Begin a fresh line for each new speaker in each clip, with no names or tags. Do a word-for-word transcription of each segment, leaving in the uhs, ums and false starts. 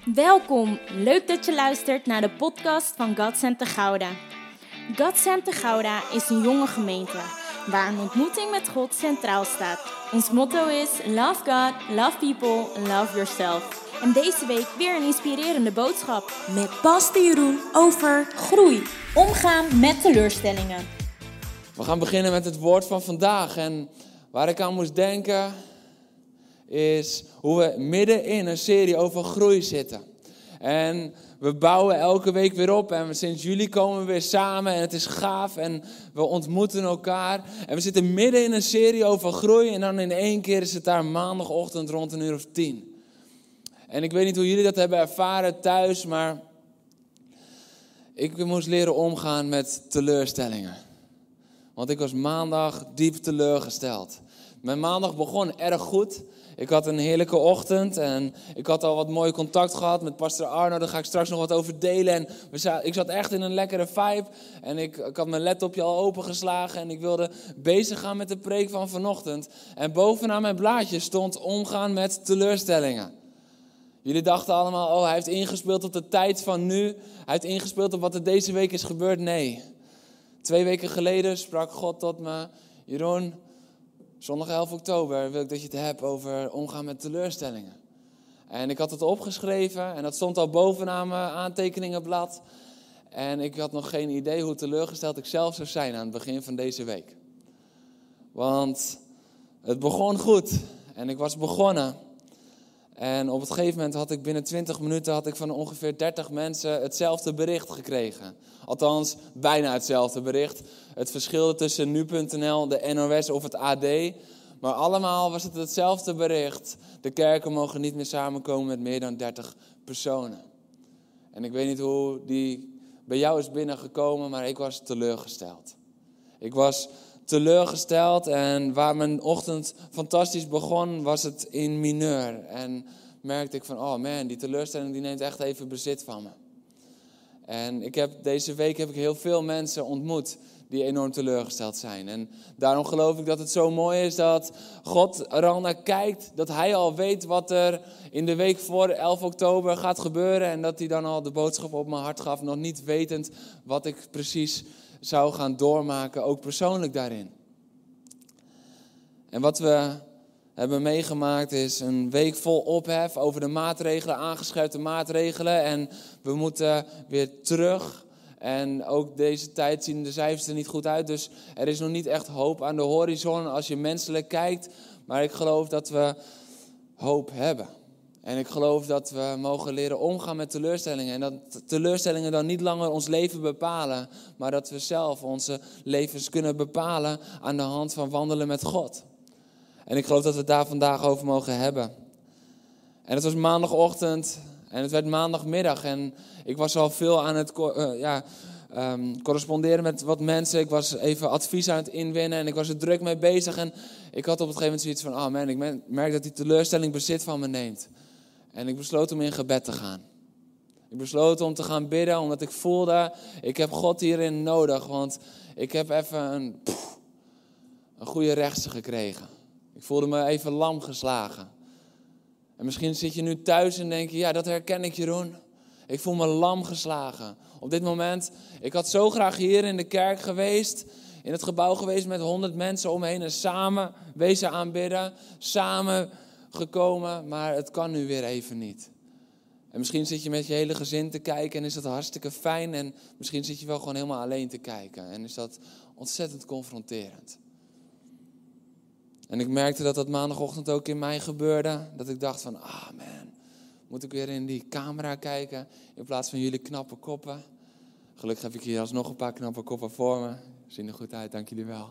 Welkom, leuk dat je luistert naar de podcast van God Center Gouda. God Center Gouda is een jonge gemeente waar een ontmoeting met God centraal staat. Ons motto is Love God, Love People, Love Yourself. En deze week weer een inspirerende boodschap met Pastor Jeroen over groei, omgaan met teleurstellingen.
We gaan beginnen met het woord van vandaag en waar ik aan moest denken is hoe we midden in een serie over groei zitten. En we bouwen elke week weer op en sinds juli komen we weer samen en het is gaaf en we ontmoeten elkaar. En we zitten midden in een serie over groei en dan in één keer is het daar maandagochtend rond een uur of tien. En ik weet niet hoe jullie dat hebben ervaren thuis, maar ik moest leren omgaan met teleurstellingen. Want ik was maandag diep teleurgesteld. Mijn maandag begon erg goed. Ik had een heerlijke ochtend en ik had al wat mooi contact gehad met pastor Arno. Daar ga ik straks nog wat over delen. En we zat, ik zat echt in een lekkere vibe. En ik, ik had mijn laptopje al opengeslagen en ik wilde bezig gaan met de preek van vanochtend. En bovenaan mijn blaadje stond omgaan met teleurstellingen. Jullie dachten allemaal, oh hij heeft ingespeeld op de tijd van nu. Hij heeft ingespeeld op wat er deze week is gebeurd. Nee. Twee weken geleden sprak God tot me. Jeroen, zondag elf oktober wil ik dat je het hebt over omgaan met teleurstellingen. En ik had het opgeschreven en dat stond al bovenaan mijn aantekeningenblad. En ik had nog geen idee hoe teleurgesteld ik zelf zou zijn aan het begin van deze week. Want het begon goed en ik was begonnen. En op het gegeven moment had ik binnen twintig minuten had ik van ongeveer dertig mensen hetzelfde bericht gekregen. Althans, bijna hetzelfde bericht. Het verschilde tussen nu punt n l, de N O S of het A D. Maar allemaal was het hetzelfde bericht. De kerken mogen niet meer samenkomen met meer dan dertig personen. En ik weet niet hoe die bij jou is binnengekomen, maar ik was teleurgesteld. Ik was teleurgesteld en waar mijn ochtend fantastisch begon, was het in mineur. En merkte ik van, oh man, die teleurstelling die neemt echt even bezit van me. En ik heb, deze week heb ik heel veel mensen ontmoet die enorm teleurgesteld zijn. En daarom geloof ik dat het zo mooi is dat God er al naar kijkt. Dat hij al weet wat er in de week voor elf oktober gaat gebeuren. En dat hij dan al de boodschap op mijn hart gaf. Nog niet wetend wat ik precies zou gaan doormaken. Ook persoonlijk daarin. En wat we hebben meegemaakt is een week vol ophef over de maatregelen, aangescherpte maatregelen. En we moeten weer terug. En ook deze tijd zien de cijfers er niet goed uit. Dus er is nog niet echt hoop aan de horizon als je menselijk kijkt. Maar ik geloof dat we hoop hebben. En ik geloof dat we mogen leren omgaan met teleurstellingen. En dat teleurstellingen dan niet langer ons leven bepalen. Maar dat we zelf onze levens kunnen bepalen aan de hand van wandelen met God. En ik geloof dat we het daar vandaag over mogen hebben. En het was maandagochtend en het werd maandagmiddag. En ik was al veel aan het uh, ja, um, corresponderen met wat mensen. Ik was even advies aan het inwinnen en ik was er druk mee bezig. En ik had op het gegeven moment zoiets van, oh man, ik merk dat die teleurstelling bezit van me neemt. En ik besloot om in gebed te gaan. Ik besloot om te gaan bidden, omdat ik voelde, ik heb God hierin nodig. Want ik heb even een, pff, een goede rechtse gekregen. Ik voelde me even lam geslagen. En misschien zit je nu thuis en denk je, ja, dat herken ik, Jeroen. Ik voel me lam geslagen. Op dit moment, ik had zo graag hier in de kerk geweest, in het gebouw geweest met honderd mensen omheen en samen wezen aanbidden, samen gekomen, maar het kan nu weer even niet. En misschien zit je met je hele gezin te kijken en is dat hartstikke fijn en misschien zit je wel gewoon helemaal alleen te kijken en is dat ontzettend confronterend. En ik merkte dat dat maandagochtend ook in mij gebeurde. Dat ik dacht van, ah man, moet ik weer in die camera kijken in plaats van jullie knappe koppen. Gelukkig heb ik hier alsnog een paar knappe koppen voor me. Zien er goed uit, dank jullie wel.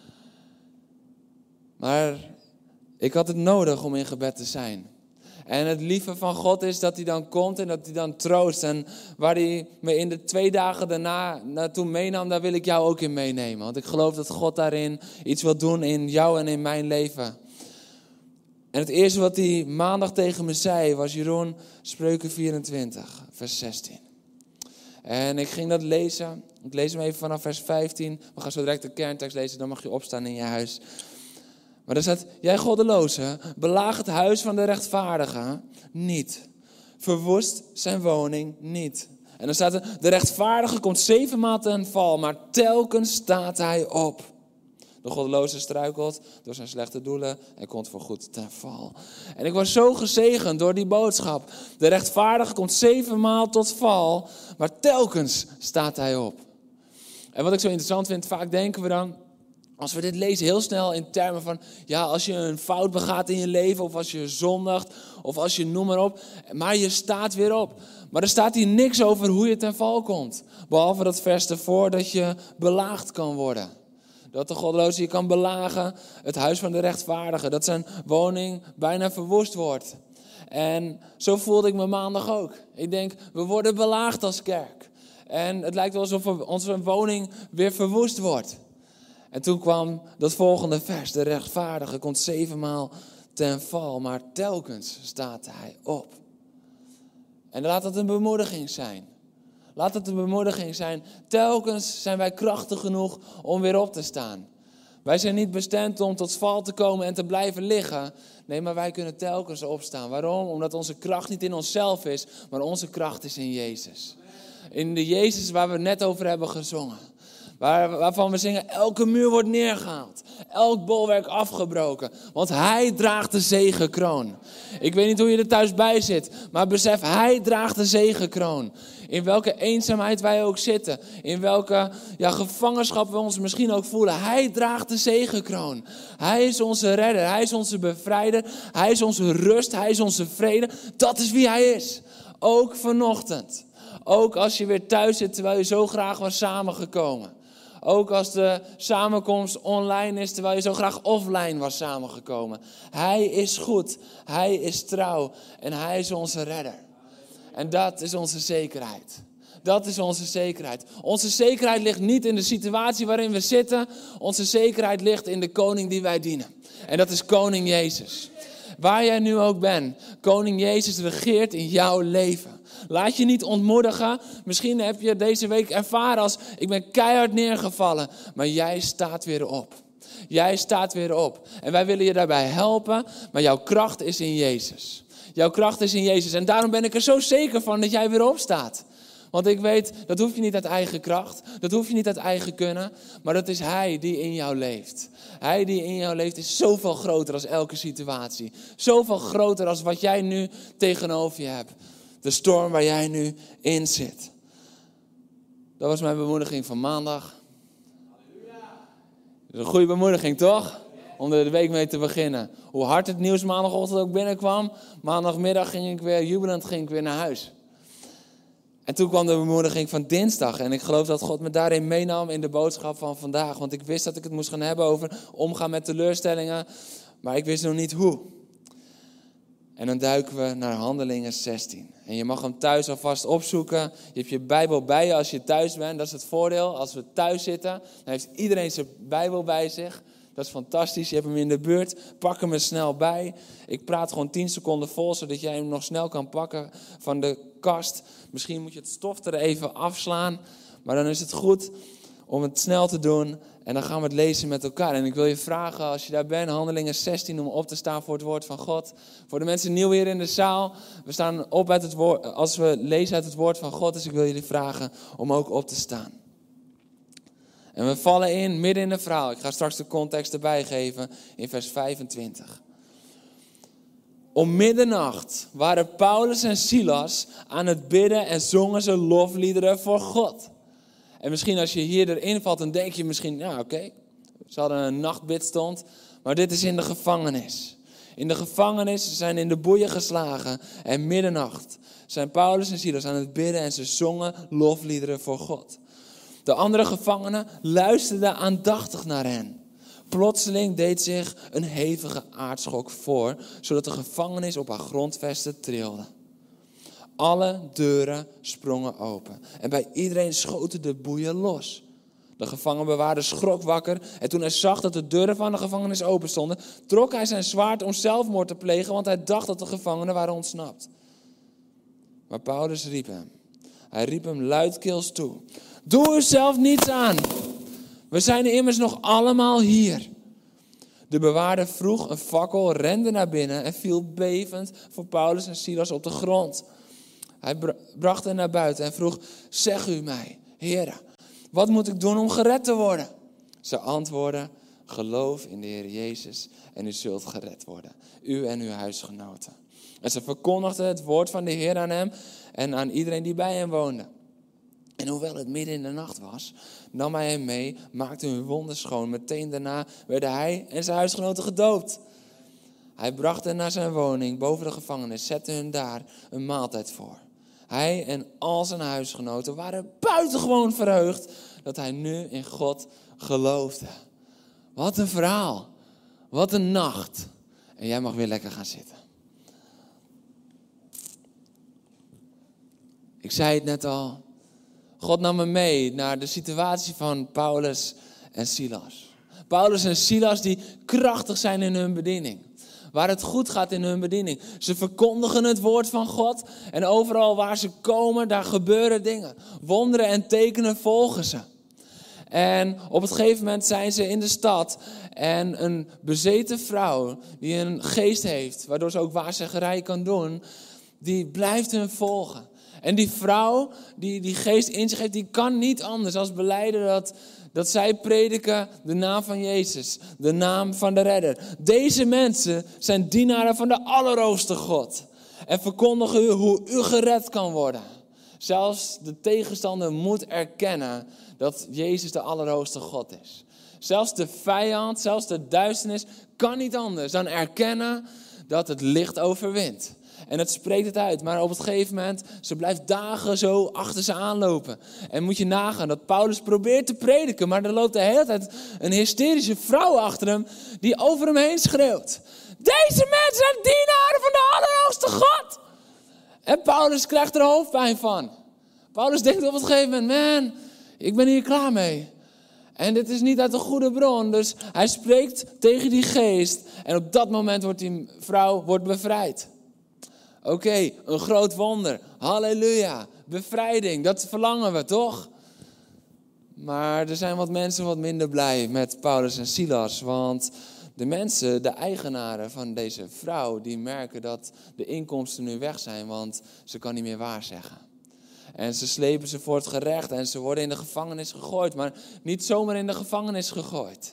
Maar ik had het nodig om in gebed te zijn. En het lieve van God is dat hij dan komt en dat hij dan troost. En waar hij me in de twee dagen daarna naartoe meenam, daar wil ik jou ook in meenemen. Want ik geloof dat God daarin iets wil doen in jou en in mijn leven. En het eerste wat hij maandag tegen me zei was, Jeroen, Spreuken vierentwintig, vers zestien. En ik ging dat lezen. Ik lees hem even vanaf vers vijftien. We gaan zo direct de kerntekst lezen, dan mag je opstaan in je huis. Maar er staat, jij goddeloze, belaag het huis van de rechtvaardige niet. verwoest zijn woning niet. En dan staat er, de rechtvaardige komt zevenmaal ten val, maar telkens staat hij op. De goddeloze struikelt door zijn slechte doelen en komt voorgoed ten val. En ik was zo gezegend door die boodschap. De rechtvaardige komt zevenmaal tot val, maar telkens staat hij op. En wat ik zo interessant vind, vaak denken we dan, als we dit lezen, heel snel in termen van, ja, als je een fout begaat in je leven, of als je zondigt, of als je noem maar op, maar je staat weer op. Maar er staat hier niks over hoe je ten val komt. Behalve dat vers ervoor dat je belaagd kan worden. Dat de goddeloze je kan belagen, het huis van de rechtvaardige, dat zijn woning bijna verwoest wordt. En zo voelde ik me maandag ook. Ik denk, we worden belaagd als kerk. En het lijkt wel alsof onze woning weer verwoest wordt. En toen kwam dat volgende vers. De rechtvaardige komt zevenmaal ten val, maar telkens staat hij op. En laat het een bemoediging zijn. Laat het een bemoediging zijn. Telkens zijn wij krachtig genoeg om weer op te staan. Wij zijn niet bestemd om tot val te komen en te blijven liggen. Nee, maar wij kunnen telkens opstaan. Waarom? Omdat onze kracht niet in onszelf is, maar onze kracht is in Jezus. In de Jezus waar we het net over hebben gezongen. Waar, waarvan we zingen, elke muur wordt neergehaald. Elk bolwerk afgebroken. Want hij draagt de zegenkroon. Ik weet niet hoe je er thuis bij zit. Maar besef, hij draagt de zegenkroon. In welke eenzaamheid wij ook zitten. In welke ja, gevangenschap we ons misschien ook voelen. Hij draagt de zegenkroon. Hij is onze redder. Hij is onze bevrijder. Hij is onze rust. Hij is onze vrede. Dat is wie hij is. Ook vanochtend. Ook als je weer thuis zit terwijl je zo graag was samengekomen. Ook als de samenkomst online is terwijl je zo graag offline was samengekomen. Hij is goed, hij is trouw en hij is onze redder. En dat is onze zekerheid. Dat is onze zekerheid. Onze zekerheid ligt niet in de situatie waarin we zitten. Onze zekerheid ligt in de koning die wij dienen. En dat is koning Jezus. Waar jij nu ook bent, koning Jezus regeert in jouw leven. Laat je niet ontmoedigen. Misschien heb je deze week ervaren als, ik ben keihard neergevallen. Maar jij staat weer op. Jij staat weer op. En wij willen je daarbij helpen. Maar jouw kracht is in Jezus. Jouw kracht is in Jezus. En daarom ben ik er zo zeker van dat jij weer opstaat. Want ik weet, dat hoef je niet uit eigen kracht. Dat hoef je niet uit eigen kunnen. Maar dat is Hij die in jou leeft. Hij die in jou leeft is zoveel groter dan elke situatie. Zoveel groter dan wat jij nu tegenover je hebt. De storm waar jij nu in zit. Dat was mijn bemoediging van maandag. Dat is een goede bemoediging, toch? Om er de week mee te beginnen. Hoe hard het nieuws maandagochtend ook binnenkwam. Maandagmiddag ging ik weer jubelend ging ik weer naar huis. En toen kwam de bemoediging van dinsdag. En ik geloof dat God me daarin meenam in de boodschap van vandaag. Want ik wist dat ik het moest gaan hebben over omgaan met teleurstellingen. Maar ik wist nog niet hoe. En dan duiken we naar Handelingen zestien. En je mag hem thuis alvast opzoeken. Je hebt je Bijbel bij je als je thuis bent. Dat is het voordeel. Als we thuis zitten, dan heeft iedereen zijn Bijbel bij zich. Dat is fantastisch. Je hebt hem in de buurt. Pak hem er snel bij. Ik praat gewoon tien seconden vol, zodat jij hem nog snel kan pakken van de kast. Misschien moet je het stof er even afslaan. Maar dan is het goed om het snel te doen. En dan gaan we het lezen met elkaar. En ik wil je vragen, als je daar bent, Handelingen zestien, om op te staan voor het woord van God. Voor de mensen nieuw hier in de zaal. We staan op uit het woord, als we lezen uit het woord van God. Dus ik wil jullie vragen om ook op te staan. En we vallen in, midden in de verhaal. Ik ga straks de context erbij geven in vers vijfentwintig. Om middernacht waren Paulus en Silas aan het bidden en zongen ze lofliederen voor God. En misschien als je hier erin valt, dan denk je misschien, ja oké, okay, ze hadden een nachtbidstond. Maar dit is in de gevangenis. In de gevangenis zijn in de boeien geslagen. En middernacht zijn Paulus en Silas aan het bidden en ze zongen lofliederen voor God. De andere gevangenen luisterden aandachtig naar hen. Plotseling deed zich een hevige aardschok voor, zodat de gevangenis op haar grondvesten trilde. Alle deuren sprongen open en bij iedereen schoten de boeien los. De gevangenbewaarder schrok wakker en toen hij zag dat de deuren van de gevangenis open stonden, trok hij zijn zwaard om zelfmoord te plegen, want hij dacht dat de gevangenen waren ontsnapt. Maar Paulus riep hem. Hij riep hem luidkeels toe. Doe uzelf niets aan. We zijn immers nog allemaal hier. De bewaarder vroeg een fakkel, rende naar binnen en viel bevend voor Paulus en Silas op de grond. Hij bracht hen naar buiten en vroeg, zeg u mij, Heere, wat moet ik doen om gered te worden? Ze antwoordden, geloof in de Heer Jezus en u zult gered worden, u en uw huisgenoten. En ze verkondigden het woord van de Heer aan hem en aan iedereen die bij hem woonde. En hoewel het midden in de nacht was, nam hij hem mee, maakte hun wonden schoon. Meteen daarna werden hij en zijn huisgenoten gedoopt. Hij bracht hen naar zijn woning boven de gevangenis, zette hun daar een maaltijd voor. Hij en al zijn huisgenoten waren buitengewoon verheugd dat hij nu in God geloofde. Wat een verhaal. Wat een nacht. En jij mag weer lekker gaan zitten. Ik zei het net al. God nam me mee naar de situatie van Paulus en Silas. Paulus en Silas die krachtig zijn in hun bediening. Waar het goed gaat in hun bediening. Ze verkondigen het woord van God. En overal waar ze komen, daar gebeuren dingen. Wonderen en tekenen volgen ze. En op het gegeven moment zijn ze in de stad. En een bezeten vrouw die een geest heeft, waardoor ze ook waarzeggerij kan doen, die blijft hun volgen. En die vrouw die die geest in zich heeft, die kan niet anders als belijden dat, dat zij prediken de naam van Jezus. De naam van de redder. Deze mensen zijn dienaren van de Allerhoogste God. En verkondigen u hoe u gered kan worden. Zelfs de tegenstander moet erkennen dat Jezus de Allerhoogste God is. Zelfs de vijand, zelfs de duisternis kan niet anders dan erkennen dat het licht overwint. En het spreekt het uit. Maar op het gegeven moment, ze blijft dagen zo achter ze aanlopen. En moet je nagaan dat Paulus probeert te prediken. Maar er loopt de hele tijd een hysterische vrouw achter hem die over hem heen schreeuwt. Deze mensen zijn dienaren van de Allerhoogste God. En Paulus krijgt er hoofdpijn van. Paulus denkt op het gegeven moment, man, ik ben hier klaar mee. En dit is niet uit een goede bron. Dus hij spreekt tegen die geest. En op dat moment wordt die vrouw wordt bevrijd. Oké, okay, een groot wonder. Halleluja. Bevrijding, dat verlangen we toch? Maar er zijn wat mensen wat minder blij met Paulus en Silas. Want de mensen, de eigenaren van deze vrouw, die merken dat de inkomsten nu weg zijn. Want ze kan niet meer waarzeggen. En ze slepen ze voor het gerecht en ze worden in de gevangenis gegooid. Maar niet zomaar in de gevangenis gegooid.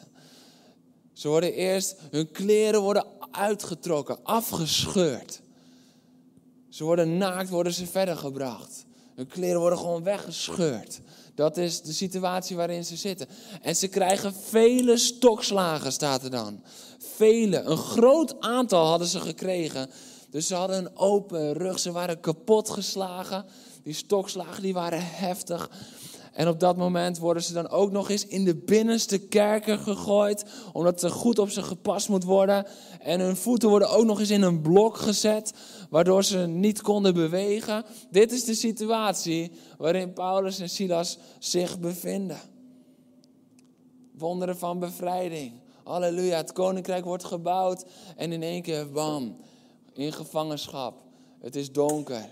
Ze worden eerst, hun kleren worden uitgetrokken, afgescheurd. Ze worden naakt, worden ze verder gebracht. Hun kleren worden gewoon weggescheurd. Dat is de situatie waarin ze zitten. En ze krijgen vele stokslagen, staat er dan. Vele, een groot aantal hadden ze gekregen. Dus ze hadden een open rug, ze waren kapot geslagen. Die stokslagen die waren heftig. En op dat moment worden ze dan ook nog eens in de binnenste kerker gegooid. Omdat er goed op ze gepast moet worden. En hun voeten worden ook nog eens in een blok gezet. Waardoor ze niet konden bewegen. Dit is de situatie waarin Paulus en Silas zich bevinden. Wonderen van bevrijding. Halleluja, het koninkrijk wordt gebouwd. En in één keer, bam, in gevangenschap. Het is donker.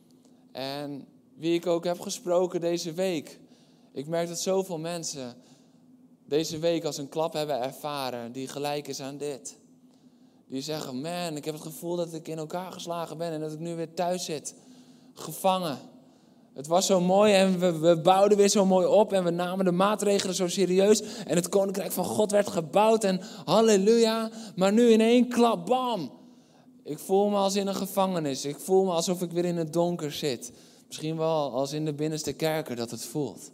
En wie ik ook heb gesproken deze week. Ik merk dat zoveel mensen deze week als een klap hebben ervaren die gelijk is aan dit. Die zeggen, man, ik heb het gevoel dat ik in elkaar geslagen ben en dat ik nu weer thuis zit. Gevangen. Het was zo mooi en we, we bouwden weer zo mooi op en we namen de maatregelen zo serieus. En het koninkrijk van God werd gebouwd en halleluja. Maar nu in één klap, bam. Ik voel me als in een gevangenis. Ik voel me alsof ik weer in het donker zit. Misschien wel als in de binnenste kerker dat het voelt.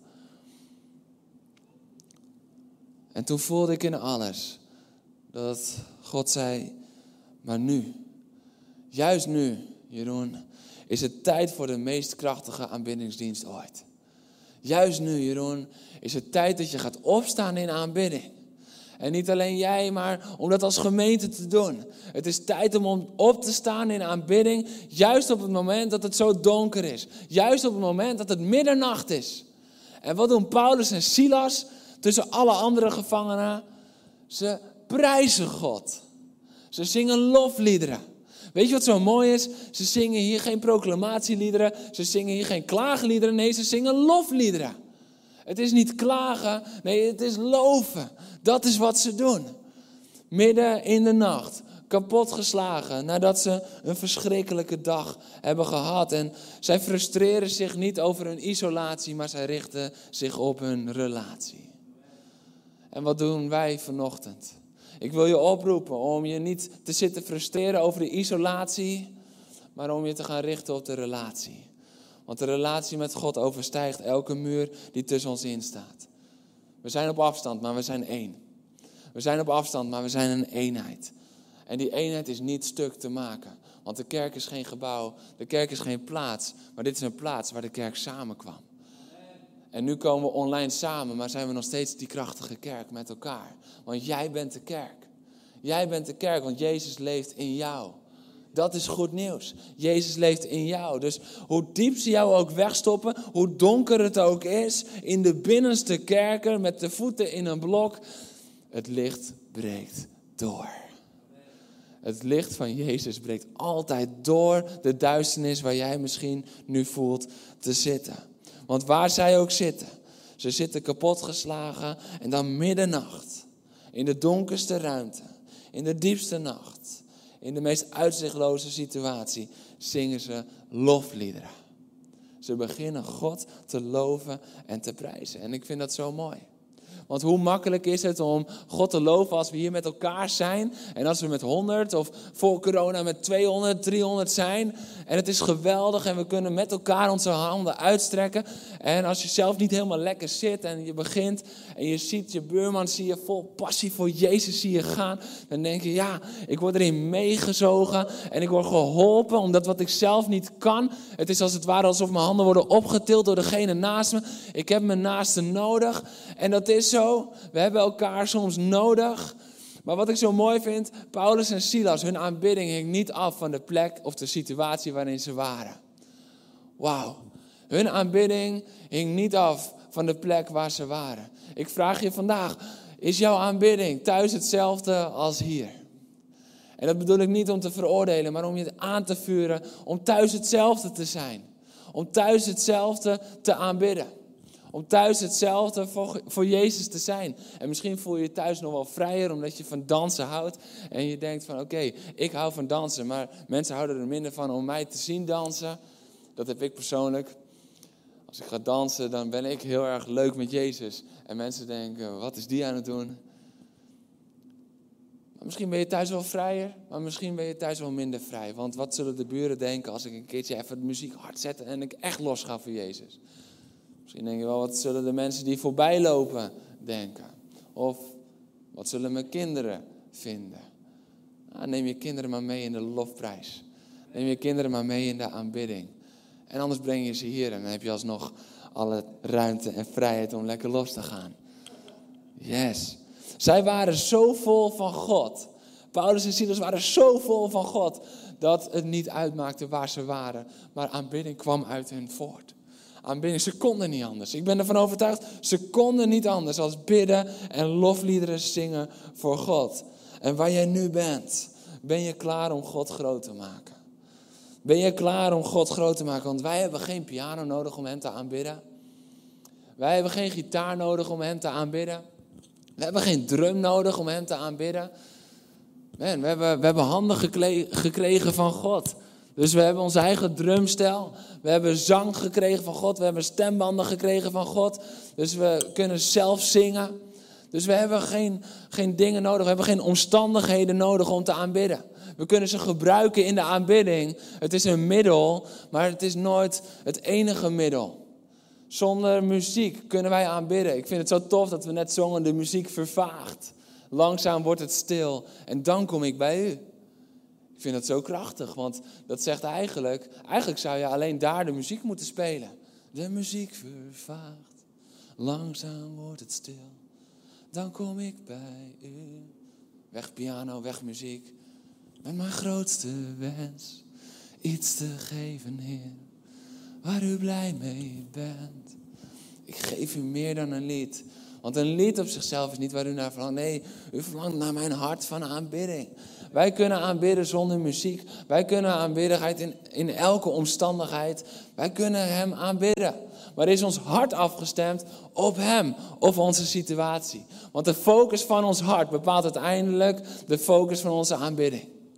En toen voelde ik in alles dat God zei, maar nu, juist nu, Jeroen, is het tijd voor de meest krachtige aanbiddingsdienst ooit. Juist nu, Jeroen, is het tijd dat je gaat opstaan in aanbidding. En niet alleen jij, maar om dat als gemeente te doen. Het is tijd om op te staan in aanbidding, juist op het moment dat het zo donker is. Juist op het moment dat het middernacht is. En wat doen Paulus en Silas tussen alle andere gevangenen? Ze prijzen God. Ze zingen lofliederen. Weet je wat zo mooi is? Ze zingen hier geen proclamatieliederen. Ze zingen hier geen klaagliederen. Nee, ze zingen lofliederen. Het is niet klagen. Nee, het is loven. Dat is wat ze doen. Midden in de nacht kapotgeslagen nadat ze een verschrikkelijke dag hebben gehad. En zij frustreren zich niet over hun isolatie, maar zij richten zich op hun relatie. En wat doen wij vanochtend? Ik wil je oproepen om je niet te zitten frustreren over de isolatie, maar om je te gaan richten op de relatie. Want de relatie met God overstijgt elke muur die tussen ons in staat. We zijn op afstand, maar we zijn één. We zijn op afstand, maar we zijn een eenheid. En die eenheid is niet stuk te maken. Want de kerk is geen gebouw, de kerk is geen plaats. Maar dit is een plaats waar de kerk samenkwam. En nu komen we online samen, maar zijn we nog steeds die krachtige kerk met elkaar. Want jij bent de kerk. Jij bent de kerk, want Jezus leeft in jou. Dat is goed nieuws. Jezus leeft in jou. Dus hoe diep ze jou ook wegstoppen, hoe donker het ook is, in de binnenste kerker met de voeten in een blok, het licht breekt door. Het licht van Jezus breekt altijd door de duisternis waar jij misschien nu voelt te zitten. Want waar zij ook zitten, ze zitten kapotgeslagen en dan middernacht, in de donkerste ruimte, in de diepste nacht, in de meest uitzichtloze situatie, zingen ze lofliederen. Ze beginnen God te loven en te prijzen. En ik vind dat zo mooi. Want hoe makkelijk is het om God te loven als we hier met elkaar zijn. En als we met honderd of voor corona met tweehonderd, driehonderd zijn. En het is geweldig en we kunnen met elkaar onze handen uitstrekken. En als je zelf niet helemaal lekker zit en je begint en je ziet je buurman, zie je vol passie voor Jezus zie je gaan. Dan denk je, ja, ik word erin meegezogen en ik word geholpen omdat wat ik zelf niet kan. Het is als het ware alsof mijn handen worden opgetild door degene naast me. Ik heb mijn naaste nodig en dat is zo. We hebben elkaar soms nodig. Maar wat ik zo mooi vind, Paulus en Silas, hun aanbidding hing niet af van de plek of de situatie waarin ze waren. Wauw. Hun aanbidding hing niet af van de plek waar ze waren. Ik vraag je vandaag, is jouw aanbidding thuis hetzelfde als hier? En dat bedoel ik niet om te veroordelen, maar om je aan te vuren om thuis hetzelfde te zijn. Om thuis hetzelfde te aanbidden. Om thuis hetzelfde voor, voor Jezus te zijn. En misschien voel je je thuis nog wel vrijer omdat je van dansen houdt. En je denkt van oké, okay, ik hou van dansen. Maar mensen houden er minder van om mij te zien dansen. Dat heb ik persoonlijk. Als ik ga dansen, dan ben ik heel erg leuk met Jezus. En mensen denken, wat is die aan het doen? Maar misschien ben je thuis wel vrijer, maar misschien ben je thuis wel minder vrij. Want wat zullen de buren denken als ik een keertje even de muziek hard zet en ik echt los ga voor Jezus? Misschien denk je wel, wat zullen de mensen die voorbij lopen denken? Of wat zullen mijn kinderen vinden? Nou, neem je kinderen maar mee in de lofprijs. Neem je kinderen maar mee in de aanbidding. En anders breng je ze hier en dan heb je alsnog alle ruimte en vrijheid om lekker los te gaan. Yes. Zij waren zo vol van God. Paulus en Silas waren zo vol van God dat het niet uitmaakte waar ze waren. Maar aanbidding kwam uit hun voort. Aanbidding, ze konden niet anders. Ik ben ervan overtuigd, ze konden niet anders als bidden en lofliederen zingen voor God. En waar jij nu bent, ben je klaar om God groot te maken? Ben je klaar om God groot te maken? Want wij hebben geen piano nodig om hem te aanbidden. Wij hebben geen gitaar nodig om hem te aanbidden. We hebben geen drum nodig om hem te aanbidden. Man, we, hebben, we hebben handen gekle- gekregen van God. Dus we hebben onze eigen drumstijl. We hebben zang gekregen van God. We hebben stembanden gekregen van God. Dus we kunnen zelf zingen. Dus we hebben geen, geen dingen nodig. We hebben geen omstandigheden nodig om te aanbidden. We kunnen ze gebruiken in de aanbidding. Het is een middel, maar het is nooit het enige middel. Zonder muziek kunnen wij aanbidden. Ik vind het zo tof dat we net zongen, de muziek vervaagt. Langzaam wordt het stil en dan kom ik bij u. Ik vind dat zo krachtig, want dat zegt eigenlijk... Eigenlijk zou je alleen daar de muziek moeten spelen. De muziek vervaagt, langzaam wordt het stil. Dan kom ik bij u. Weg piano, weg muziek. Met mijn grootste wens, iets te geven, Heer, waar u blij mee bent. Ik geef u meer dan een lied. Want een lied op zichzelf is niet waar u naar verlangt. Nee, u verlangt naar mijn hart van aanbidding. Wij kunnen aanbidden zonder muziek. Wij kunnen aanbidden in, in elke omstandigheid. Wij kunnen hem aanbidden. Maar is ons hart afgestemd op hem, op onze situatie. Want de focus van ons hart bepaalt uiteindelijk de focus van onze aanbidding.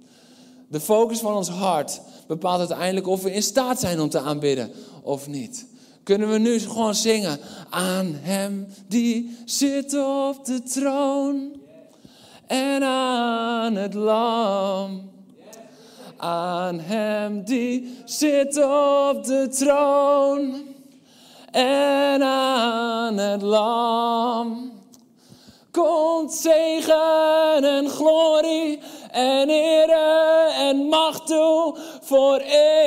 De focus van ons hart bepaalt uiteindelijk of we in staat zijn om te aanbidden of niet. Kunnen we nu gewoon zingen. Aan hem die zit op de troon. En aan het lam. Aan hem die zit op de troon. En aan het lam. Komt zegen en glorie en ere en macht toe voor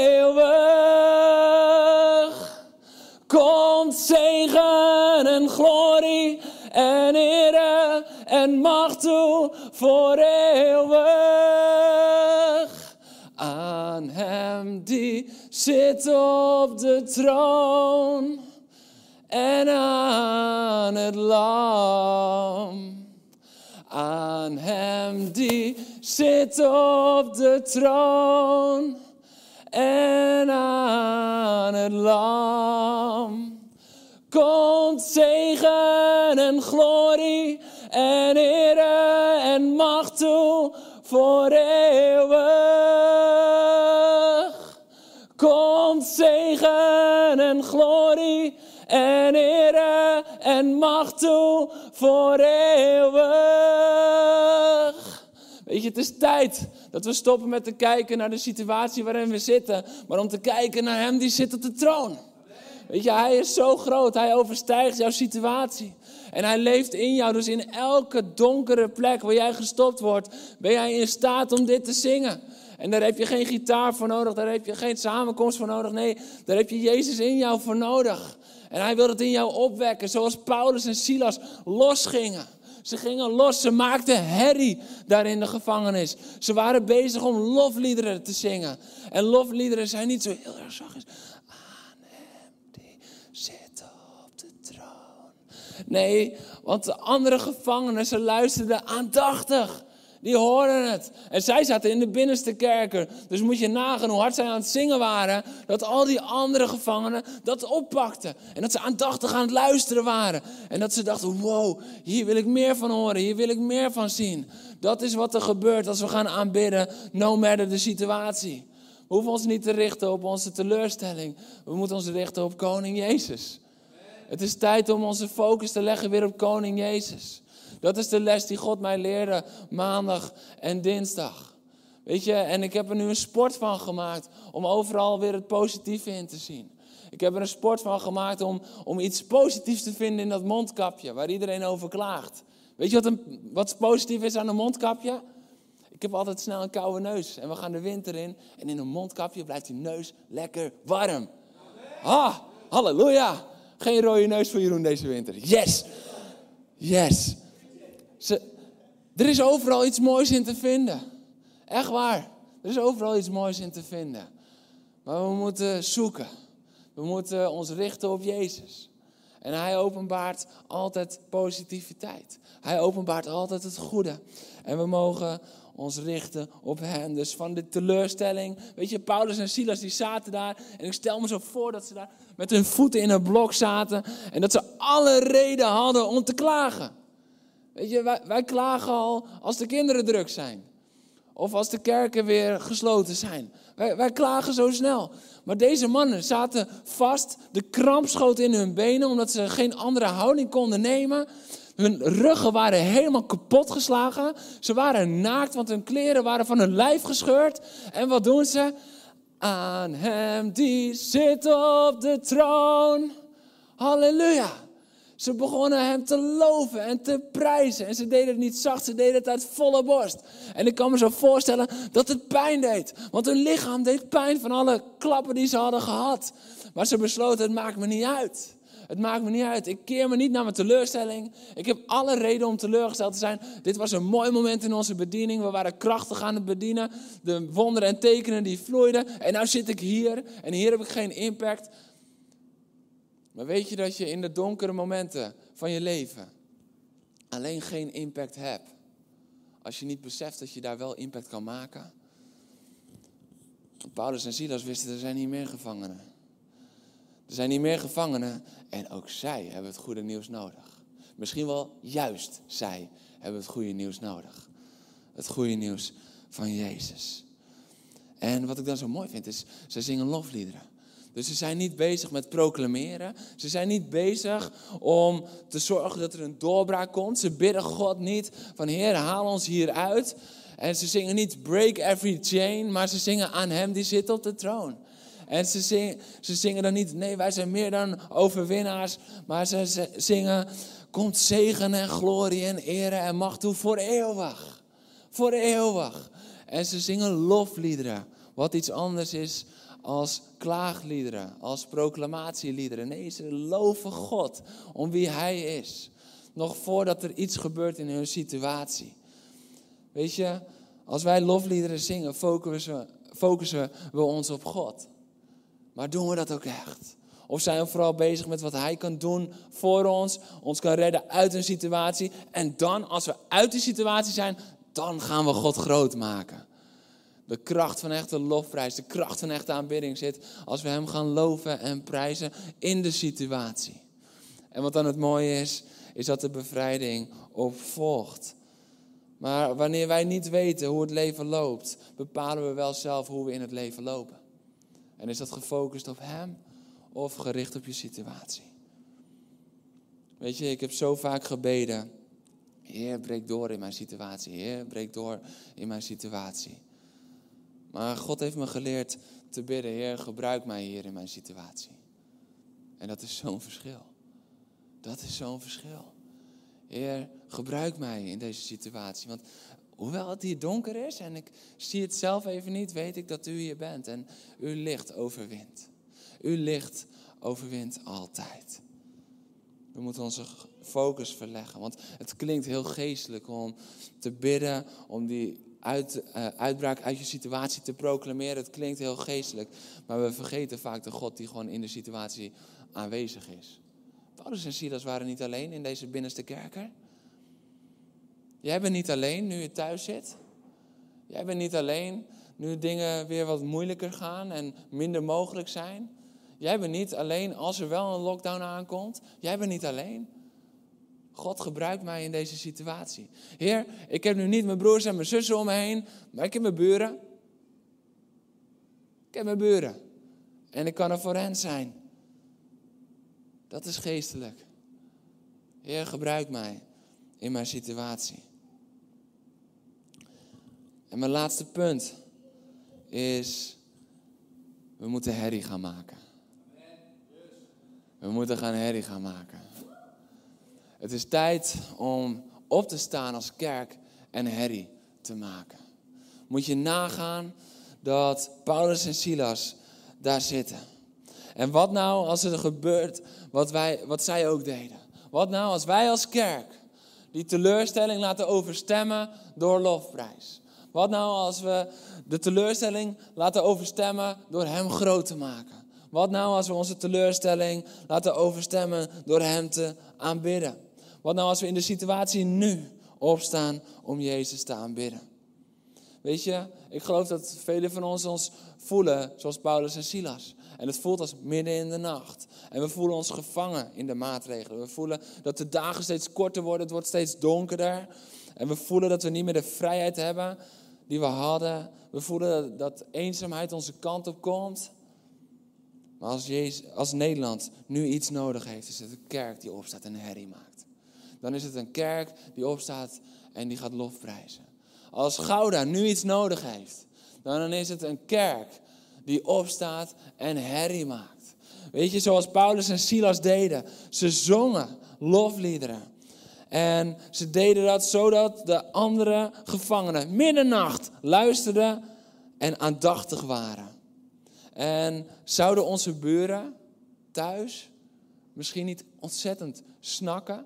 eeuwig. Komt zegen en glorie en ere en macht toe voor eeuwig. Aan hem die zit op de troon. En aan het lam. Aan hem die zit op de troon. En aan het lam. Komt zegen en glorie en ere en macht toe voor eeuwig. Komt zegen en glorie en ere en macht toe voor eeuwig. Weet je, het is tijd dat we stoppen met te kijken naar de situatie waarin we zitten. Maar om te kijken naar hem die zit op de troon. Weet je, hij is zo groot. Hij overstijgt jouw situatie. En hij leeft in jou. Dus in elke donkere plek waar jij gestopt wordt, ben jij in staat om dit te zingen. En daar heb je geen gitaar voor nodig. Daar heb je geen samenkomst voor nodig. Nee, daar heb je Jezus in jou voor nodig. En hij wil het in jou opwekken. Zoals Paulus en Silas losgingen. Ze gingen los. Ze maakten herrie daar in de gevangenis. Ze waren bezig om lofliederen te zingen. En lofliederen zijn niet zo heel erg zachtjes. Aan hem die zit op de troon. Nee, want de andere gevangenen, ze luisterden aandachtig. Die hoorden het. En zij zaten in de binnenste kerker. Dus moet je nagaan hoe hard zij aan het zingen waren. Dat al die andere gevangenen dat oppakten. En dat ze aandachtig aan het luisteren waren. En dat ze dachten, wow, hier wil ik meer van horen. Hier wil ik meer van zien. Dat is wat er gebeurt als we gaan aanbidden. No matter de situatie. We hoeven ons niet te richten op onze teleurstelling. We moeten ons richten op Koning Jezus. Het is tijd om onze focus te leggen weer op Koning Jezus. Dat is de les die God mij leerde maandag en dinsdag. Weet je, en ik heb er nu een sport van gemaakt om overal weer het positieve in te zien. Ik heb er een sport van gemaakt om, om iets positiefs te vinden in dat mondkapje waar iedereen over klaagt. Weet je wat, een, wat positief is aan een mondkapje? Ik heb altijd snel een koude neus en we gaan de winter in en in een mondkapje blijft die neus lekker warm. Ah, halleluja. Geen rode neus voor Jeroen deze winter. Yes, yes. Ze, er is overal iets moois in te vinden. Echt waar. Er is overal iets moois in te vinden. Maar we moeten zoeken. We moeten ons richten op Jezus. En hij openbaart altijd positiviteit. Hij openbaart altijd het goede. En we mogen ons richten op hem. Dus van de teleurstelling. Weet je, Paulus en Silas die zaten daar. En ik stel me zo voor dat ze daar met hun voeten in een blok zaten. En dat ze alle reden hadden om te klagen. Weet je, wij, wij klagen al als de kinderen druk zijn. Of als de kerken weer gesloten zijn. Wij, wij klagen zo snel. Maar deze mannen zaten vast. De kramp schoot in hun benen. Omdat ze geen andere houding konden nemen. Hun ruggen waren helemaal kapot geslagen. Ze waren naakt. Want hun kleren waren van hun lijf gescheurd. En wat doen ze? Aan hem die zit op de troon. Halleluja. Ze begonnen hem te loven en te prijzen. En ze deden het niet zacht, ze deden het uit volle borst. En ik kan me zo voorstellen dat het pijn deed. Want hun lichaam deed pijn van alle klappen die ze hadden gehad. Maar ze besloten, het maakt me niet uit. Het maakt me niet uit. Ik keer me niet naar mijn teleurstelling. Ik heb alle reden om teleurgesteld te zijn. Dit was een mooi moment in onze bediening. We waren krachtig aan het bedienen. De wonderen en tekenen die vloeiden. En nu zit ik hier. En hier heb ik geen impact. Maar weet je dat je in de donkere momenten van je leven alleen geen impact hebt? Als je niet beseft dat je daar wel impact kan maken. Paulus en Silas wisten, er zijn niet meer gevangenen. Er zijn niet meer gevangenen en ook zij hebben het goede nieuws nodig. Misschien wel juist zij hebben het goede nieuws nodig. Het goede nieuws van Jezus. En wat ik dan zo mooi vind is, ze zingen lofliederen. Dus ze zijn niet bezig met proclameren. Ze zijn niet bezig om te zorgen dat er een doorbraak komt. Ze bidden God niet van Heer, haal ons hieruit. En ze zingen niet break every chain, maar ze zingen aan hem die zit op de troon. En ze zingen, ze zingen dan niet, nee, wij zijn meer dan overwinnaars. Maar ze, ze zingen, komt zegen en glorie en ere en macht toe voor eeuwig. Voor eeuwig. En ze zingen lofliederen, wat iets anders is als klaagliederen, als proclamatieliederen. Nee, ze loven God om wie hij is. Nog voordat er iets gebeurt in hun situatie. Weet je, als wij lofliederen zingen, focussen, focussen we ons op God. Maar doen we dat ook echt? Of zijn we vooral bezig met wat hij kan doen voor ons, ons kan redden uit een situatie. En dan, als we uit die situatie zijn, dan gaan we God groot maken. De kracht van echte lofprijs, de kracht van echte aanbidding zit als we hem gaan loven en prijzen in de situatie. En wat dan het mooie is, is dat de bevrijding opvolgt. Maar wanneer wij niet weten hoe het leven loopt, bepalen we wel zelf hoe we in het leven lopen. En is dat gefocust op hem of gericht op je situatie? Weet je, ik heb zo vaak gebeden. Heer, breek door in mijn situatie. Heer, breek door in mijn situatie. Maar God heeft me geleerd te bidden. Heer, gebruik mij hier in mijn situatie. En dat is zo'n verschil. Dat is zo'n verschil. Heer, gebruik mij in deze situatie. Want hoewel het hier donker is en ik zie het zelf even niet, weet ik dat u hier bent. En uw licht overwint. Uw licht overwint altijd. We moeten onze focus verleggen. Want het klinkt heel geestelijk om te bidden, om die uit, uh, uitbraak uit je situatie te proclameren. Het klinkt heel geestelijk. Maar we vergeten vaak de God die gewoon in de situatie aanwezig is. Paulus en Silas waren niet alleen in deze binnenste kerker. Jij bent niet alleen nu je thuis zit. Jij bent niet alleen nu dingen weer wat moeilijker gaan en minder mogelijk zijn. Jij bent niet alleen als er wel een lockdown aankomt. Jij bent niet alleen. God gebruikt mij in deze situatie. Heer, ik heb nu niet mijn broers en mijn zussen om me heen, maar ik heb mijn buren. Ik heb mijn buren. En ik kan er voor hen zijn. Dat is geestelijk. Heer, gebruik mij in mijn situatie. En mijn laatste punt is, we moeten herrie gaan maken. We moeten gaan herrie gaan maken. Het is tijd om op te staan als kerk en herrie te maken. Moet je nagaan dat Paulus en Silas daar zitten. En wat nou als er gebeurt wat, wij, wat zij ook deden? Wat nou als wij als kerk die teleurstelling laten overstemmen door lofprijs? Wat nou als we de teleurstelling laten overstemmen door hem groot te maken? Wat nou als we onze teleurstelling laten overstemmen door hem te aanbidden? Wat nou als we in de situatie nu opstaan om Jezus te aanbidden? Weet je, ik geloof dat velen van ons ons voelen zoals Paulus en Silas. En het voelt als midden in de nacht. En we voelen ons gevangen in de maatregelen. We voelen dat de dagen steeds korter worden, het wordt steeds donkerder. En we voelen dat we niet meer de vrijheid hebben die we hadden. We voelen dat eenzaamheid onze kant op komt. Maar als, Jezus, als Nederland nu iets nodig heeft, is het een kerk die opstaat en herrie maakt. Dan is het een kerk die opstaat en die gaat lofprijzen. Als Gouda nu iets nodig heeft, dan is het een kerk die opstaat en herrie maakt. Weet je, zoals Paulus en Silas deden. Ze zongen lofliederen. En ze deden dat zodat de andere gevangenen middernacht luisterden en aandachtig waren. En zouden onze buren thuis misschien niet ontzettend snakken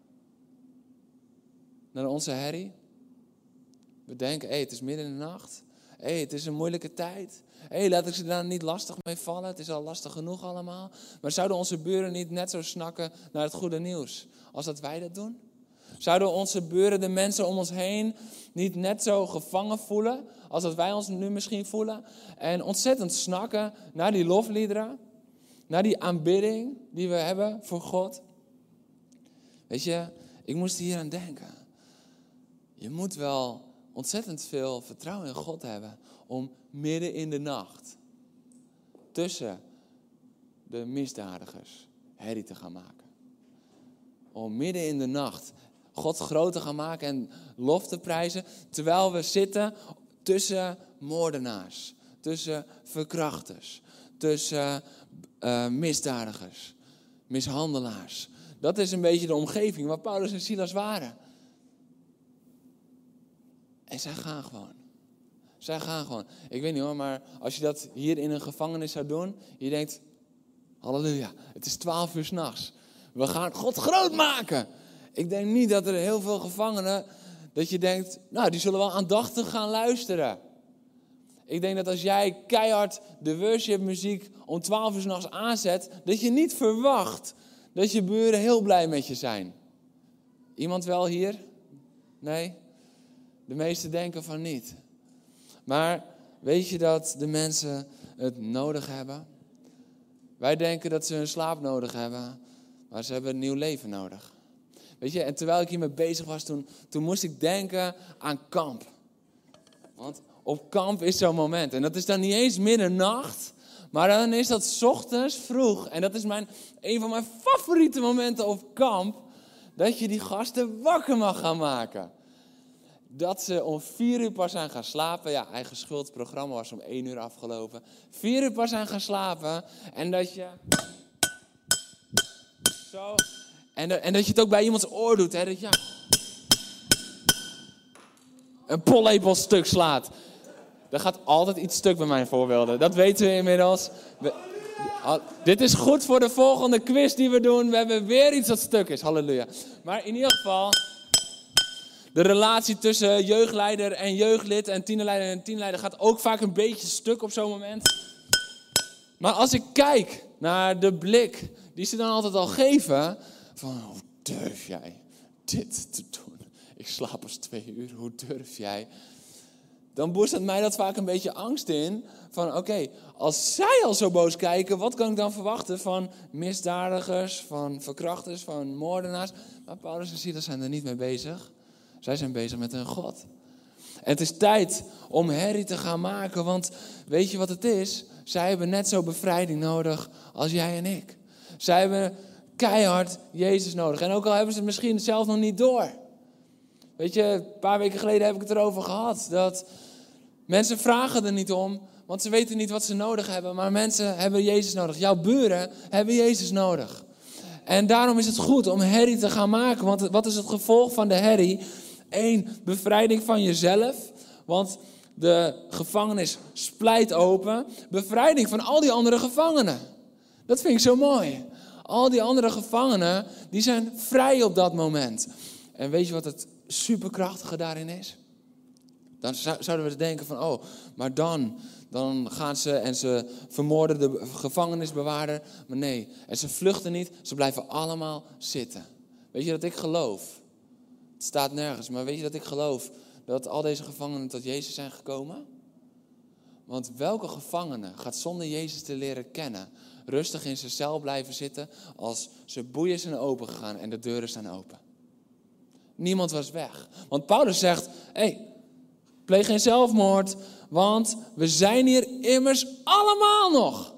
naar onze herrie? We denken, hé, hey, het is midden in de nacht. Hé, hey, het is een moeilijke tijd. Hé, hey, laat ik ze daar niet lastig mee vallen. Het is al lastig genoeg allemaal. Maar zouden onze buren niet net zo snakken naar het goede nieuws als dat wij dat doen? Zouden onze buren, de mensen om ons heen, niet net zo gevangen voelen als dat wij ons nu misschien voelen? En ontzettend snakken naar die lofliederen, naar die aanbidding die we hebben voor God. Weet je, ik moest hier aan denken. Je moet wel ontzettend veel vertrouwen in God hebben om midden in de nacht tussen de misdadigers herrie te gaan maken. Om midden in de nacht God groot te gaan maken en lof te prijzen, terwijl we zitten tussen moordenaars, tussen verkrachters, tussen uh, misdadigers, mishandelaars. Dat is een beetje de omgeving waar Paulus en Silas waren. En zij gaan gewoon. Zij gaan gewoon. Ik weet niet hoor, maar als je dat hier in een gevangenis zou doen, je denkt, halleluja, het is twaalf uur 's nachts. We gaan God groot maken. Ik denk niet dat er heel veel gevangenen, dat je denkt, nou, die zullen wel aandachtig gaan luisteren. Ik denk dat als jij keihard de worshipmuziek om twaalf uur 's nachts aanzet, dat je niet verwacht dat je buren heel blij met je zijn. Iemand wel hier? Nee? De meesten denken van niet. Maar weet je dat de mensen het nodig hebben? Wij denken dat ze hun slaap nodig hebben, maar ze hebben een nieuw leven nodig. Weet je, en terwijl ik hiermee bezig was, toen, toen moest ik denken aan kamp. Want op kamp is zo'n moment. En dat is dan niet eens middernacht, maar dan is dat 's ochtends vroeg. En dat is mijn, een van mijn favoriete momenten op kamp. Dat je die gasten wakker mag gaan maken. Dat ze om vier uur pas zijn gaan slapen. Ja, eigen schuld, het programma was om één uur afgelopen. Vier uur pas zijn gaan slapen. En dat je... Zo... En, de, en dat je het ook bij iemands oor doet. Hè, dat je een pollepel stuk slaat. Er gaat altijd iets stuk bij mijn voorbeelden. Dat weten we inmiddels. We, al, dit is goed voor de volgende quiz die we doen. We hebben weer iets dat stuk is. Halleluja. Maar in ieder geval... De relatie tussen jeugdleider en jeugdlid en tienerleider en tienerleider gaat ook vaak een beetje stuk op zo'n moment. Maar als ik kijk naar de blik die ze dan altijd al geven... Van, hoe durf jij dit te doen? Ik slaap pas twee uur, hoe durf jij? Dan boezelt mij dat vaak een beetje angst in. Van oké, okay, als zij al zo boos kijken, wat kan ik dan verwachten van misdadigers, van verkrachters, van moordenaars? Maar Paulus en Silas zijn er niet mee bezig. Zij zijn bezig met hun God. En het is tijd om herrie te gaan maken, want weet je wat het is? Zij hebben net zo bevrijding nodig als jij en ik. Zij hebben... keihard Jezus nodig. En ook al hebben ze het misschien zelf nog niet door. Weet je, een paar weken geleden heb ik het erover gehad. Dat mensen vragen er niet om. Want ze weten niet wat ze nodig hebben. Maar mensen hebben Jezus nodig. Jouw buren hebben Jezus nodig. En daarom is het goed om herrie te gaan maken. Want wat is het gevolg van de herrie? Eén, bevrijding van jezelf. Want de gevangenis splijt open. Bevrijding van al die andere gevangenen. Dat vind ik zo mooi. Al die andere gevangenen, die zijn vrij op dat moment. En weet je wat het superkrachtige daarin is? Dan zouden we denken van, oh, maar dan, dan gaan ze en ze vermoorden de gevangenisbewaarder. Maar nee, en ze vluchten niet, ze blijven allemaal zitten. Weet je dat ik geloof? Het staat nergens, maar weet je dat ik geloof dat al deze gevangenen tot Jezus zijn gekomen? Want welke gevangene gaat zonder Jezus te leren kennen... rustig in zijn cel blijven zitten als zijn boeien zijn open gegaan en de deuren staan open? Niemand was weg. Want Paulus zegt, hé, hey, pleeg geen zelfmoord, want we zijn hier immers allemaal nog.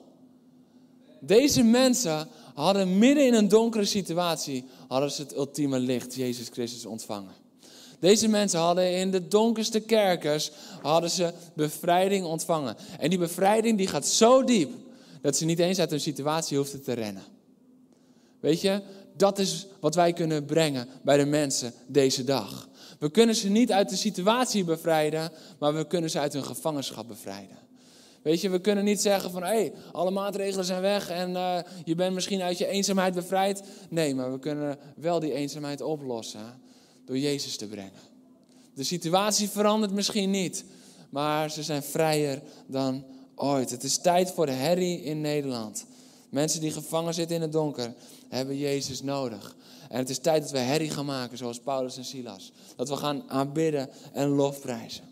Deze mensen hadden midden in een donkere situatie, hadden ze het ultieme licht, Jezus Christus, ontvangen. Deze mensen hadden in de donkerste kerkers, hadden ze bevrijding ontvangen. En die bevrijding die gaat zo diep, dat ze niet eens uit hun situatie hoefden te rennen. Weet je, dat is wat wij kunnen brengen bij de mensen deze dag. We kunnen ze niet uit de situatie bevrijden, maar we kunnen ze uit hun gevangenschap bevrijden. Weet je, we kunnen niet zeggen van, hé, hey, alle maatregelen zijn weg en uh, je bent misschien uit je eenzaamheid bevrijd. Nee, maar we kunnen wel die eenzaamheid oplossen door Jezus te brengen. De situatie verandert misschien niet, maar ze zijn vrijer dan ooit. Het is tijd voor de herrie in Nederland. Mensen die gevangen zitten in het donker hebben Jezus nodig. En het is tijd dat we herrie gaan maken zoals Paulus en Silas. Dat we gaan aanbidden en lofprijzen.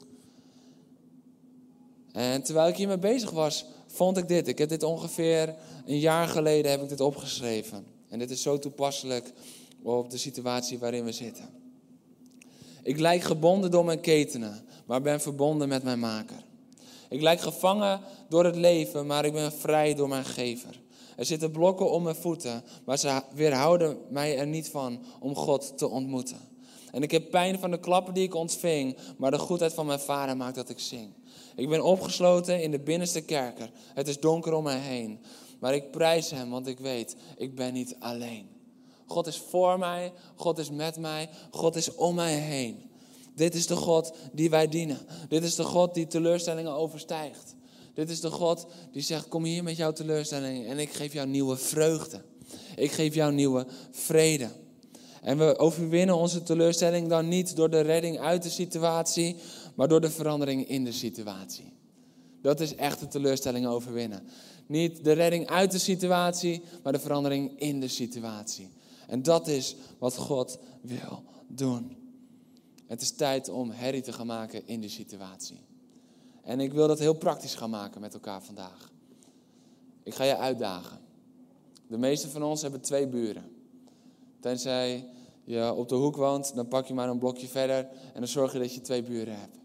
En terwijl ik hiermee bezig was, vond ik dit. Ik heb dit ongeveer een jaar geleden heb ik dit opgeschreven. En dit is zo toepasselijk op de situatie waarin we zitten. Ik lijk gebonden door mijn ketenen, maar ben verbonden met mijn maker. Ik lijk gevangen door het leven, maar ik ben vrij door mijn gever. Er zitten blokken om mijn voeten, maar ze weerhouden mij er niet van om God te ontmoeten. En ik heb pijn van de klappen die ik ontving, maar de goedheid van mijn vader maakt dat ik zing. Ik ben opgesloten in de binnenste kerker. Het is donker om mij heen. Maar ik prijs hem, want ik weet, ik ben niet alleen. God is voor mij, God is met mij, God is om mij heen. Dit is de God die wij dienen. Dit is de God die teleurstellingen overstijgt. Dit is de God die zegt, kom hier met jouw teleurstellingen en ik geef jou nieuwe vreugde. Ik geef jou nieuwe vrede. En we overwinnen onze teleurstelling dan niet door de redding uit de situatie, maar door de verandering in de situatie. Dat is echt de teleurstelling overwinnen. Niet de redding uit de situatie, maar de verandering in de situatie. En dat is wat God wil doen. Het is tijd om herrie te gaan maken in de situatie. En ik wil dat heel praktisch gaan maken met elkaar vandaag. Ik ga je uitdagen. De meeste van ons hebben twee buren. Tenzij je op de hoek woont, dan pak je maar een blokje verder en dan zorg je dat je twee buren hebt.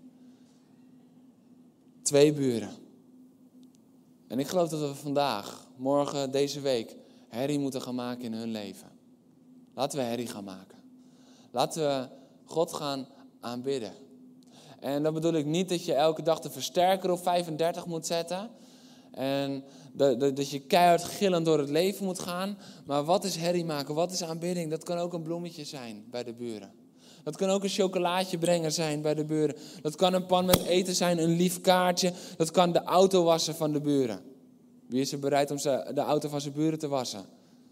Twee buren. En ik geloof dat we vandaag, morgen, deze week, herrie moeten gaan maken in hun leven. Laten we herrie gaan maken. Laten we God gaan aanbidden. En dat bedoel ik niet dat je elke dag de versterker op vijfendertig moet zetten. En dat, dat, dat je keihard gillend door het leven moet gaan. Maar wat is herrie maken? Wat is aanbidding? Dat kan ook een bloemetje zijn bij de buren. Dat kan ook een chocolaatje brengen zijn bij de buren. Dat kan een pan met eten zijn, een lief kaartje. Dat kan de auto wassen van de buren. Wie is er bereid om de auto van zijn buren te wassen?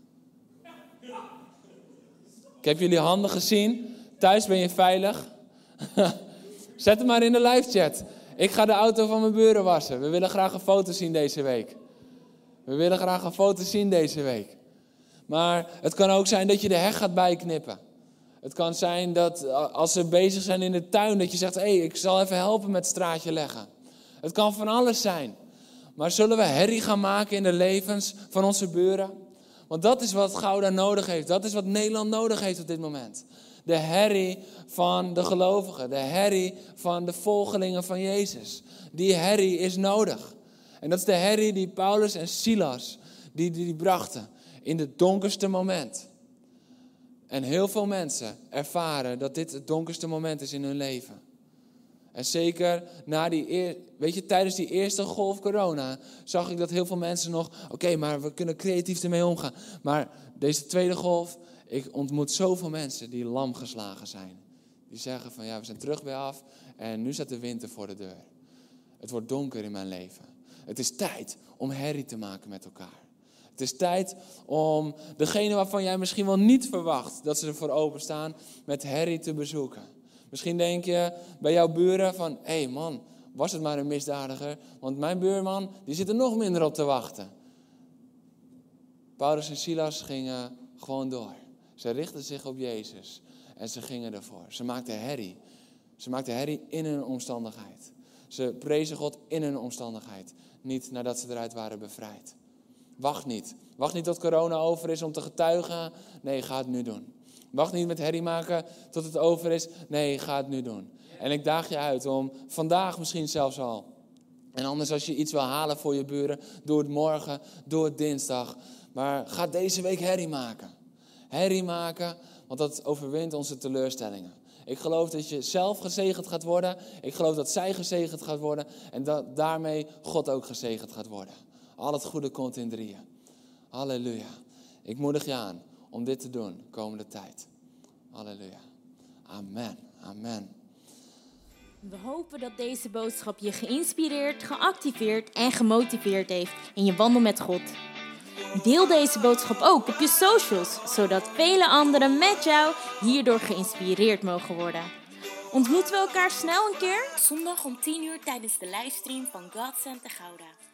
Ik heb jullie handen gezien. Thuis ben je veilig. Zet hem maar in de live chat. Ik ga de auto van mijn buren wassen. We willen graag een foto zien deze week. We willen graag een foto zien deze week. Maar het kan ook zijn dat je de heg gaat bijknippen. Het kan zijn dat als ze bezig zijn in de tuin, dat je zegt, hé, hey, ik zal even helpen met het straatje leggen. Het kan van alles zijn. Maar zullen we herrie gaan maken in de levens van onze buren? Want dat is wat Gouda nodig heeft. Dat is wat Nederland nodig heeft op dit moment. De herrie van de gelovigen. De herrie van de volgelingen van Jezus. Die herrie is nodig. En dat is de herrie die Paulus en Silas die, die, die brachten in het donkerste moment. En heel veel mensen ervaren dat dit het donkerste moment is in hun leven. En zeker na die, weet je, tijdens die eerste golf corona zag ik dat heel veel mensen nog, oké, okay, maar we kunnen creatief ermee omgaan. Maar deze tweede golf, ik ontmoet zoveel mensen die lam geslagen zijn. Die zeggen van ja, we zijn terug bij af en nu staat de winter voor de deur. Het wordt donker in mijn leven. Het is tijd om herrie te maken met elkaar. Het is tijd om degene waarvan jij misschien wel niet verwacht dat ze ervoor openstaan met herrie te bezoeken. Misschien denk je bij jouw buren van, hé hey man, was het maar een misdadiger, want mijn buurman die zit er nog minder op te wachten. Paulus en Silas gingen gewoon door. Ze richtten zich op Jezus en ze gingen ervoor. Ze maakten herrie. Ze maakten herrie in hun omstandigheid. Ze prezen God in hun omstandigheid. Niet nadat ze eruit waren bevrijd. Wacht niet. Wacht niet tot corona over is om te getuigen. Nee, ga het nu doen. Wacht niet met herrie maken tot het over is. Nee, ga het nu doen. En ik daag je uit om vandaag misschien zelfs al. En anders als je iets wil halen voor je buren, doe het morgen, doe het dinsdag. Maar ga deze week herrie maken. Herrie maken, want dat overwint onze teleurstellingen. Ik geloof dat je zelf gezegend gaat worden. Ik geloof dat zij gezegend gaat worden. En dat daarmee God ook gezegend gaat worden. Al het goede komt in drieën. Halleluja. Ik moedig je aan om dit te doen de komende tijd. Halleluja. Amen. Amen.
We hopen dat deze boodschap je geïnspireerd, geactiveerd en gemotiveerd heeft in je wandel met God. Deel deze boodschap ook op je socials, zodat vele anderen met jou hierdoor geïnspireerd mogen worden. Ontmoeten we elkaar snel een keer? Zondag om tien uur tijdens de livestream van God Center Gouda.